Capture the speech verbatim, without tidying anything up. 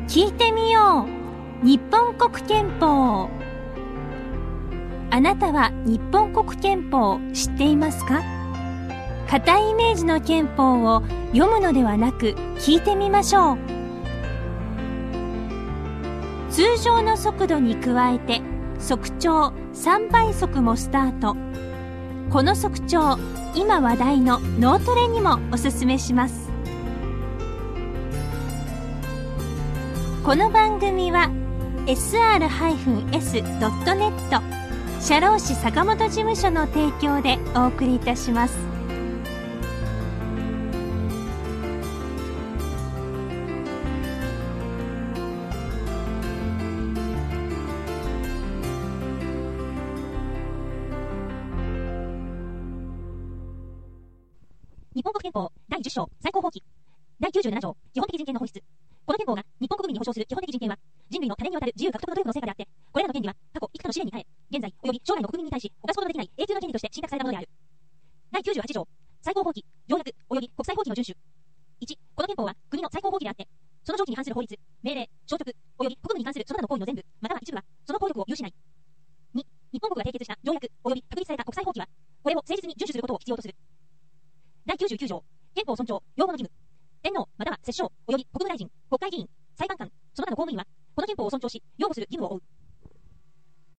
聞いてみよう。日本国憲法。あなたは日本国憲法を知っていますか？固いイメージの憲法を読むのではなく聞いてみましょう。通常の速度に加えて速聴さんばい速もスタート。この速聴、今話題の脳トレにもおすすめします。この番組は エスアールエスドットネット 社労士坂本事務所の提供でお送りいたします。 日本国憲法だいじゅっ章最高法規だいきゅうじゅうなな条基本的人権の本質。この憲法が日本国民に保障する基本的人権は人類の多年にわたる自由獲得の努力の成果であって、これらの権利は過去幾多の試練に耐え、現在及び将来の国民に対し犯すことのできない永久の権利として信託されたものである。だいきゅうじゅうはち条最高法規条約及び国際法規の遵守。いちこの憲法は国の最高法規であって、その条規に反する法律、命令、消極及び国務に関するその他の行為の全部または一部はその効力を有しない。に日本国が締結した条約及び確立された国際法規はこれを誠実に遵守することを必要とする。だいきゅうじゅうきゅう条憲法尊重擁護の義務。天皇または摂政及び国務大臣、国会議員、裁判官、その他の公務員はこの憲法を尊重し擁護する義務を負う。